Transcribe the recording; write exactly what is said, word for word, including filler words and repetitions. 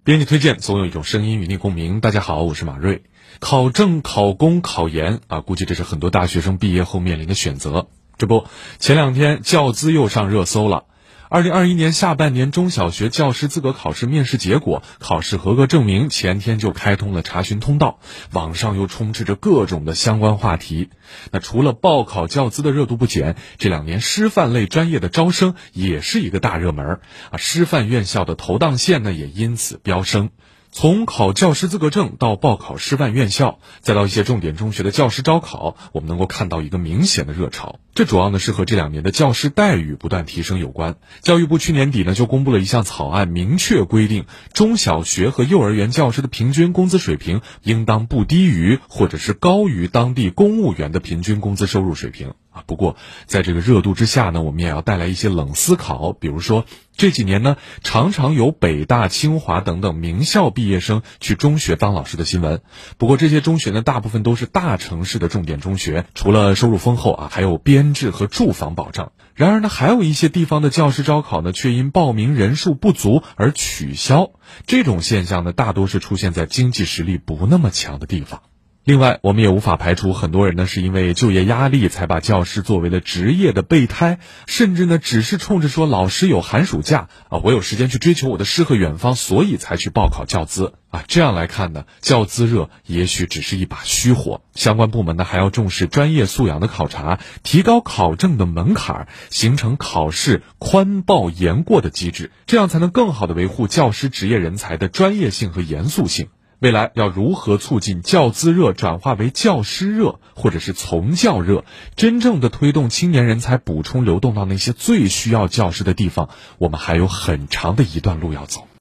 编辑推荐，总有一种声音与你共鸣。大家好，我是马瑞。考证、考公、考研啊，估计这是很多大学生毕业后面临的选择。这不，前两天教资又上热搜了。二零二一年下半年中小学教师资格考试面试结果、考试合格证明前天就开通了查询通道，网上又充斥着各种的相关话题。那除了报考教资的热度不减，这两年师范类专业的招生也是一个大热门啊，师范院校的投档线呢也因此飙升。从考教师资格证到报考师范院校，再到一些重点中学的教师招考，我们能够看到一个明显的热潮。这主要呢是和这两年的教师待遇不断提升有关。教育部去年底呢就公布了一项草案，明确规定中小学和幼儿园教师的平均工资水平应当不低于或者是高于当地公务员的平均工资收入水平啊。不过在这个热度之下呢，我们也要带来一些冷思考，比如说这几年呢常常有北大、清华等等名校毕业生去中学当老师的新闻。不过这些中学呢大部分都是大城市的重点中学，除了收入丰厚啊，还有编制和住房保障。然而呢还有一些地方的教师招考呢却因报名人数不足而取消。这种现象呢大多是出现在经济实力不那么强的地方。另外，我们也无法排除很多人呢是因为就业压力才把教师作为了职业的备胎，甚至呢只是冲着说老师有寒暑假啊，我有时间去追求我的诗和远方，所以才去报考教资啊。这样来看呢，教资热也许只是一把虚火。相关部门呢还要重视专业素养的考察，提高考证的门槛，形成考试宽报严过的机制，这样才能更好地维护教师职业人才的专业性和严肃性。未来要如何促进教资热转化为教师热，或者是从教热，真正的推动青年人才补充流动到那些最需要教师的地方，我们还有很长的一段路要走。